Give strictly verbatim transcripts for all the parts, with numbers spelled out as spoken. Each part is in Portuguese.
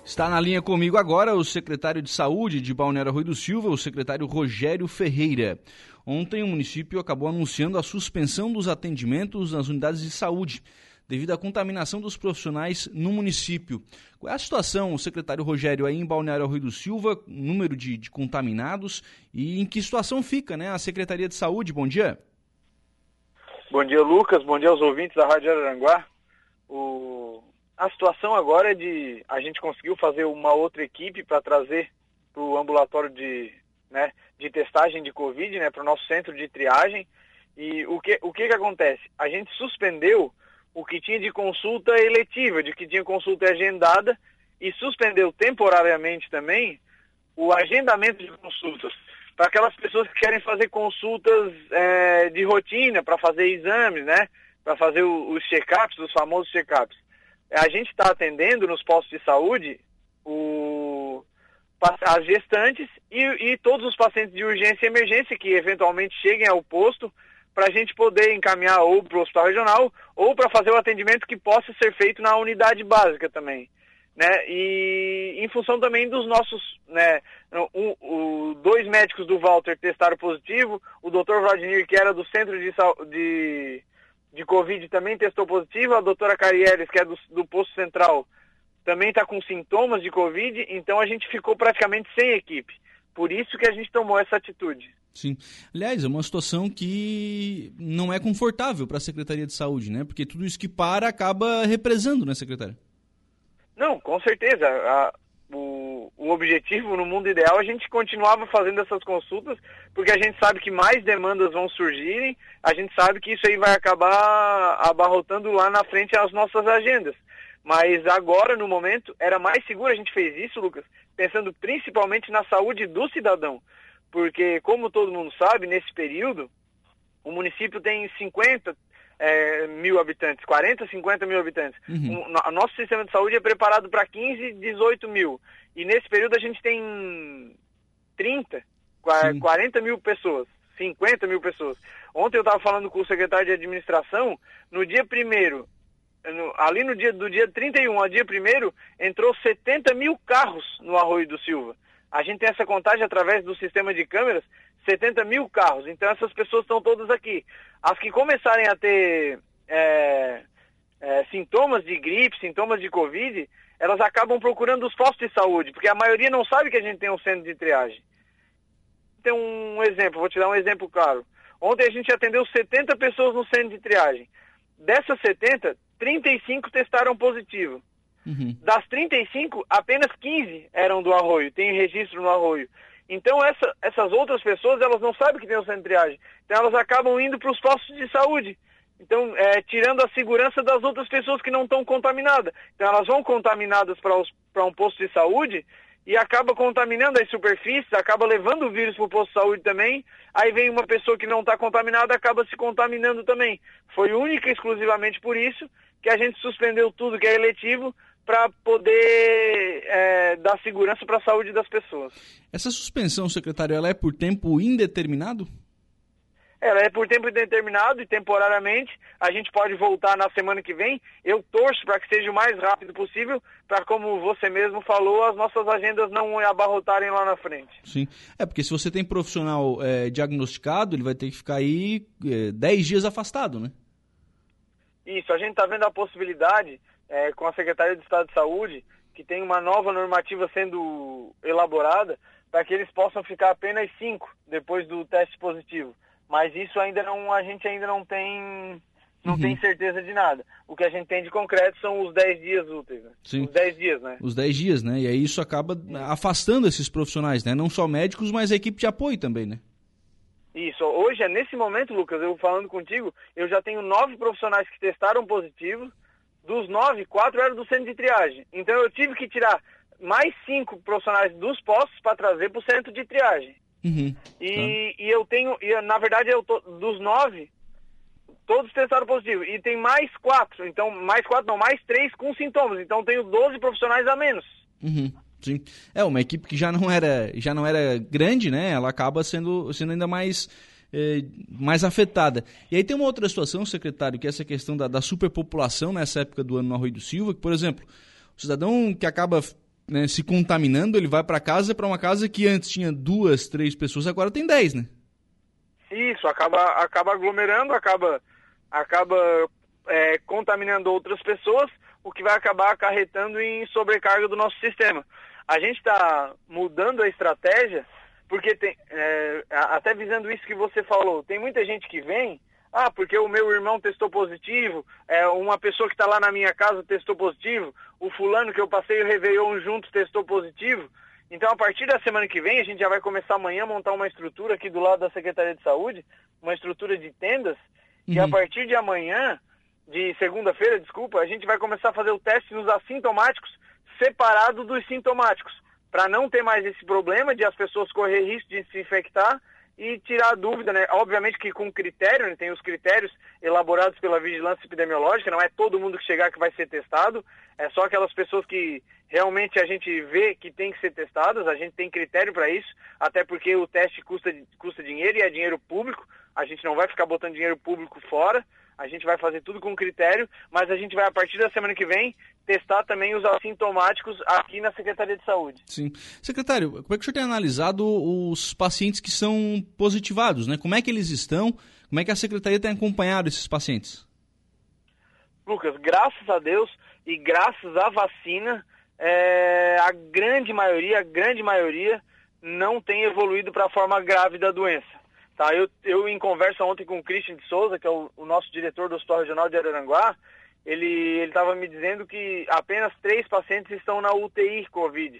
Está na linha comigo agora o secretário de Saúde de Balneário Arroio do Silva, o secretário Rogério Ferreira. Ontem o município acabou anunciando a suspensão dos atendimentos nas unidades de saúde, devido à contaminação dos profissionais no município. Qual é a situação, secretário Rogério, aí em Balneário Arroio do Silva, número de, de contaminados e em que situação fica, né, a Secretaria de Saúde? Bom dia. Bom dia, Lucas. Bom dia aos ouvintes da Rádio Araranguá. O... A situação agora é de... A gente conseguiu fazer uma outra equipe para trazer para o ambulatório de, né, de testagem de Covid, né, para o nosso centro de triagem. E o que, o que que acontece? A gente suspendeu o que tinha de consulta eletiva, de que tinha consulta agendada, e suspendeu temporariamente também o agendamento de consultas para aquelas pessoas que querem fazer consultas é, de rotina, para fazer exames, né, para fazer o, os check-ups, os famosos check-ups. A gente está atendendo nos postos de saúde o, as gestantes e, e todos os pacientes de urgência e emergência que eventualmente cheguem ao posto, para a gente poder encaminhar ou para o hospital regional ou para fazer o atendimento que possa ser feito na unidade básica também, né? E em função também dos nossos, né, um, o, dois médicos do Walter testaram positivo, o doutor Vladimir, que era do centro de, de, de Covid, também testou positivo, a doutora Carieres, que é do, do posto central, também está com sintomas de Covid, então a gente ficou praticamente sem equipe. Por isso que a gente tomou essa atitude. Sim. Aliás, é uma situação que não é confortável para a Secretaria de Saúde, né? Porque tudo isso que para acaba represando, né, secretária? Não, com certeza. A, o, o objetivo, no mundo ideal, a gente continuava fazendo essas consultas, porque a gente sabe que mais demandas vão surgirem, a gente sabe que isso aí vai acabar abarrotando lá na frente as nossas agendas. Mas agora, no momento, era mais seguro. A gente fez isso, Lucas, pensando principalmente na saúde do cidadão. Porque, como todo mundo sabe, nesse período, o município tem cinquenta é, mil habitantes, quarenta, cinquenta mil habitantes. Uhum. O, o nosso sistema de saúde é preparado para quinze, dezoito mil. E nesse período a gente tem trinta, Sim. quarenta mil pessoas, cinquenta mil pessoas. Ontem eu estava falando com o secretário de administração, no dia primeiro, no, ali no dia do dia trinta e um ao dia primeiro, entrou setenta mil carros no Arroio do Silva. A gente tem essa contagem através do sistema de câmeras, setenta mil carros. Então essas pessoas estão todas aqui. As que começarem a ter é, é, sintomas de gripe, sintomas de Covid, elas acabam procurando os postos de saúde, porque a maioria não sabe que a gente tem um centro de triagem. Tem um exemplo, vou te dar um exemplo claro. Ontem a gente atendeu setenta pessoas no centro de triagem. Dessas setenta, trinta e cinco testaram positivo. Uhum. Das trinta e cinco, apenas quinze eram do Arroio, tem registro no Arroio. Então essa, essas outras pessoas, elas não sabem que tem o centro de triagem. Então elas acabam indo para os postos de saúde. Então, é, tirando a segurança das outras pessoas que não estão contaminadas. Então elas vão contaminadas para um posto de saúde e acaba contaminando as superfícies, acaba levando o vírus para o posto de saúde também. Aí vem uma pessoa que não está contaminada, acaba se contaminando também. Foi única e exclusivamente por isso que a gente suspendeu tudo que é eletivo, para poder é, dar segurança para a saúde das pessoas. Essa suspensão, secretário, ela é por tempo indeterminado? Ela é por tempo indeterminado e temporariamente. A gente pode voltar na semana que vem. Eu torço para que seja o mais rápido possível, para, como você mesmo falou, as nossas agendas não abarrotarem lá na frente. Sim, é porque se você tem profissional é, diagnosticado, ele vai ter que ficar aí é, dez dias afastado, né? Isso, a gente está vendo a possibilidade... É, com a Secretaria de Estado de Saúde, que tem uma nova normativa sendo elaborada, para que eles possam ficar apenas cinco depois do teste positivo. Mas isso ainda não, a gente ainda não tem, não uhum. tem certeza de nada. O que a gente tem de concreto são os dez dias úteis. Né? Sim. Os dez dias, né? Os dez dias, né? E aí isso acaba afastando esses profissionais, né? Não só médicos, mas a equipe de apoio também, né? Isso. Hoje, nesse momento, Lucas, eu falando contigo, eu já tenho nove profissionais que testaram positivo. Dos nove, quatro eram do centro de triagem. Então eu tive que tirar mais cinco profissionais dos postos para trazer para o centro de triagem. Uhum. E, tá. e eu tenho, e, na verdade, eu tô, dos nove, todos testaram positivo. E tem mais quatro, então, mais quatro não, mais três com sintomas. Então tenho doze profissionais a menos. Uhum. Sim. É, uma equipe que já não era, já não era grande, né? Ela acaba sendo, sendo ainda mais... É, mais afetada. E aí tem uma outra situação, secretário, que é essa questão da, da superpopulação nessa época do ano no Arroio do Silva, que, por exemplo, o cidadão que acaba né, se contaminando, ele vai para casa, para uma casa que antes tinha duas, três pessoas, agora tem dez, né? Isso, acaba, acaba aglomerando, acaba, acaba é, contaminando outras pessoas, o que vai acabar acarretando em sobrecarga do nosso sistema. A gente está mudando a estratégia, porque tem, é, até visando isso que você falou, tem muita gente que vem, ah, porque o meu irmão testou positivo, é, uma pessoa que está lá na minha casa testou positivo, o fulano que eu passei o Réveillon juntos testou positivo. Então, a partir da semana que vem, a gente já vai começar amanhã a montar uma estrutura aqui do lado da Secretaria de Saúde, uma estrutura de tendas, uhum. E a partir de amanhã, de segunda-feira, desculpa, a gente vai começar a fazer o teste nos assintomáticos separado dos sintomáticos, para não ter mais esse problema de as pessoas correr risco de se infectar e tirar a dúvida, né? Obviamente que com critério, né? Tem os critérios elaborados pela vigilância epidemiológica, não é todo mundo que chegar que vai ser testado, é só aquelas pessoas que realmente a gente vê que tem que ser testadas, a gente tem critério para isso, até porque o teste custa, custa dinheiro e é dinheiro público, a gente não vai ficar botando dinheiro público fora, a gente vai fazer tudo com critério, mas a gente vai, a partir da semana que vem, testar também os assintomáticos aqui na Secretaria de Saúde. Sim. Secretário, como é que o senhor tem analisado os pacientes que são positivados, né? Como é que eles estão? Como é que a Secretaria tem acompanhado esses pacientes? Lucas, graças a Deus e graças à vacina, é, a grande maioria, a grande maioria não tem evoluído para a forma grave da doença. Tá, eu, eu, em conversa ontem com o Christian de Souza, que é o, o nosso diretor do Hospital Regional de Araranguá, ele estava me dizendo que apenas três pacientes estão na U T I Covid.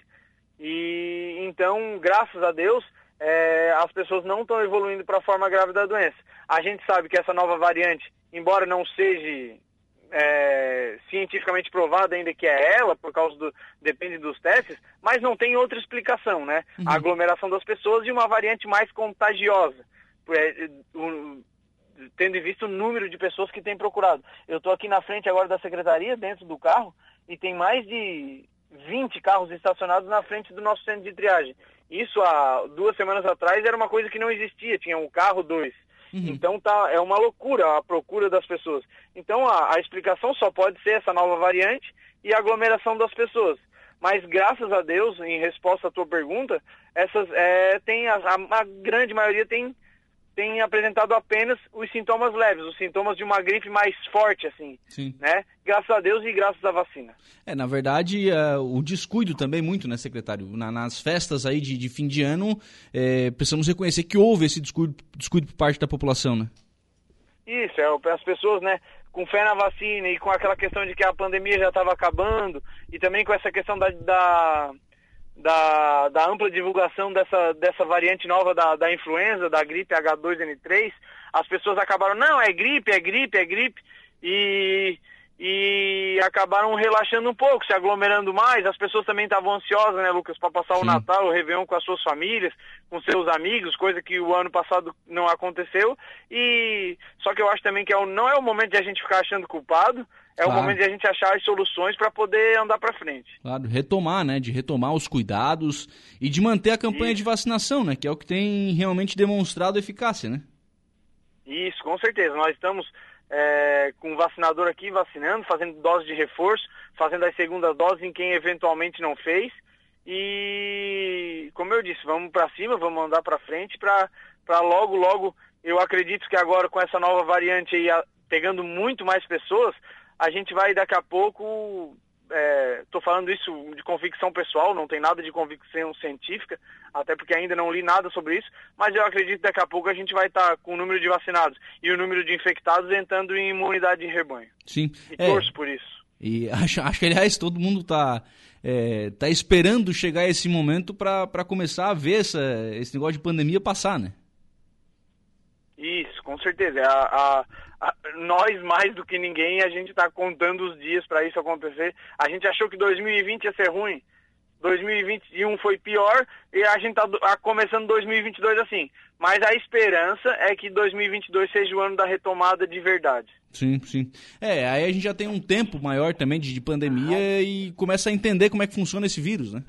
E então, graças a Deus, é, as pessoas não estão evoluindo para a forma grave da doença. A gente sabe que essa nova variante, embora não seja é, cientificamente provada ainda que é ela, por causa do, depende dos testes, mas não tem outra explicação, né? Uhum. A aglomeração das pessoas e uma variante mais contagiosa. Tendo em vista o número de pessoas que têm procurado. Eu estou aqui na frente agora da secretaria, dentro do carro, e tem mais de vinte carros estacionados na frente do nosso centro de triagem. Isso há duas semanas atrás era uma coisa que não existia, tinha um carro, dois. Uhum. Então tá, é uma loucura a procura das pessoas. Então a, a explicação só pode ser essa nova variante e a aglomeração das pessoas. Mas graças a Deus, em resposta à tua pergunta, essas, é, tem a, a, a grande maioria tem tem apresentado apenas os sintomas leves, os sintomas de uma gripe mais forte, assim, Sim. né? Graças a Deus e graças à vacina. É, na verdade, uh, o descuido também muito, né, secretário? Na, nas festas aí de, de fim de ano, é, precisamos reconhecer que houve esse descuido, descuido por parte da população, né? Isso, é, as pessoas, né, com fé na vacina e com aquela questão de que a pandemia já estava acabando, e também com essa questão da... da... Da, da ampla divulgação dessa, dessa variante nova da, da influenza, da gripe H dois N três, as pessoas acabaram, não, é gripe, é gripe, é gripe, e, e acabaram relaxando um pouco, se aglomerando mais. As pessoas também estavam ansiosas, né, Lucas, para passar Sim. o Natal, o Réveillon com as suas famílias, com seus amigos, coisa que o ano passado não aconteceu, e só que eu acho também que é o, não é o momento de a gente ficar achando culpado. É claro. O momento de a gente achar as soluções para poder andar para frente. Claro, retomar, né? De retomar os cuidados e de manter a campanha Isso. de vacinação, né? Que é o que tem realmente demonstrado eficácia, né? Isso, com certeza. Nós estamos é, com o vacinador aqui vacinando, fazendo dose de reforço, fazendo as segundas doses em quem eventualmente não fez. E, como eu disse, vamos para cima, vamos andar para frente para para logo, logo, eu acredito que agora com essa nova variante aí, pegando muito mais pessoas, a gente vai daqui a pouco, estou é, falando isso de convicção pessoal, não tem nada de convicção científica, até porque ainda não li nada sobre isso, mas eu acredito que daqui a pouco a gente vai estar tá com o número de vacinados e o número de infectados entrando em imunidade de rebanho. Sim. E é, torço por isso. E acho, acho que, aliás, todo mundo está é, tá esperando chegar esse momento para começar a ver essa, esse negócio de pandemia passar, né? Isso, com certeza. A, a, a, nós, mais do que ninguém, a gente está contando os dias para isso acontecer. A gente achou que dois mil e vinte ia ser ruim, dois mil e vinte e um foi pior, e a gente está começando dois mil e vinte e dois assim. Mas a esperança é que dois mil e vinte e dois seja o ano da retomada de verdade. Sim, sim. É, aí a gente já tem um tempo maior também de, de pandemia ah. e começa a entender como é que funciona esse vírus, né?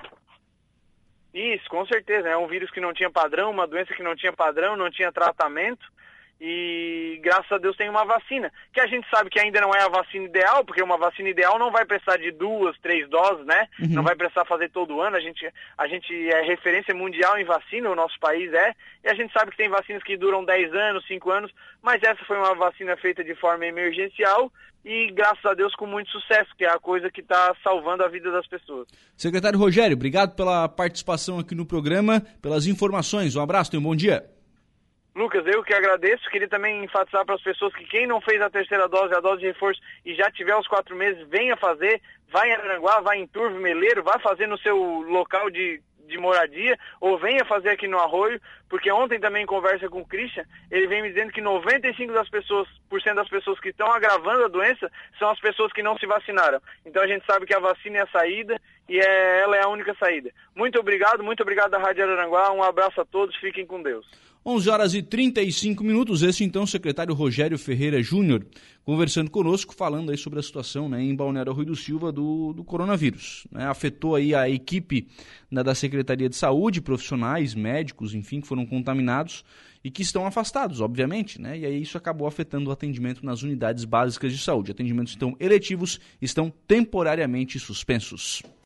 Isso, com certeza. É um vírus que não tinha padrão, uma doença que não tinha padrão, não tinha tratamento. e graças a Deus tem uma vacina, que a gente sabe que ainda não é a vacina ideal, porque uma vacina ideal não vai precisar de duas, três doses, né? Uhum. Não vai precisar fazer todo ano, a gente, a gente é referência mundial em vacina, o nosso país é, e a gente sabe que tem vacinas que duram dez anos, cinco anos, mas essa foi uma vacina feita de forma emergencial e graças a Deus com muito sucesso, que é a coisa que está salvando a vida das pessoas. Secretário Rogério, obrigado pela participação aqui no programa, pelas informações, um abraço, tenha um bom dia. Lucas, eu que agradeço, queria também enfatizar para as pessoas que quem não fez a terceira dose, a dose de reforço e já tiver os quatro meses, venha fazer, vai em Araranguá, vai em Turvo, Meleiro, vai fazer no seu local de, de moradia ou venha fazer aqui no Arroio, porque ontem também em conversa com o Christian, ele vem me dizendo que noventa e cinco por cento das pessoas que estão agravando a doença são as pessoas que não se vacinaram. Então a gente sabe que a vacina é a saída e é, ela é a única saída. Muito obrigado, muito obrigado da Rádio Araranguá, um abraço a todos, fiquem com Deus. onze horas e trinta e cinco minutos, esse então o secretário Rogério Ferreira Júnior conversando conosco, falando aí sobre a situação, né, em Balneário Rui do Silva do, do coronavírus, né, afetou aí a equipe, né, da Secretaria de Saúde, profissionais, médicos, enfim, que foram contaminados e que estão afastados, obviamente, né, e aí isso acabou afetando o atendimento nas unidades básicas de saúde. Atendimentos então eletivos estão temporariamente suspensos.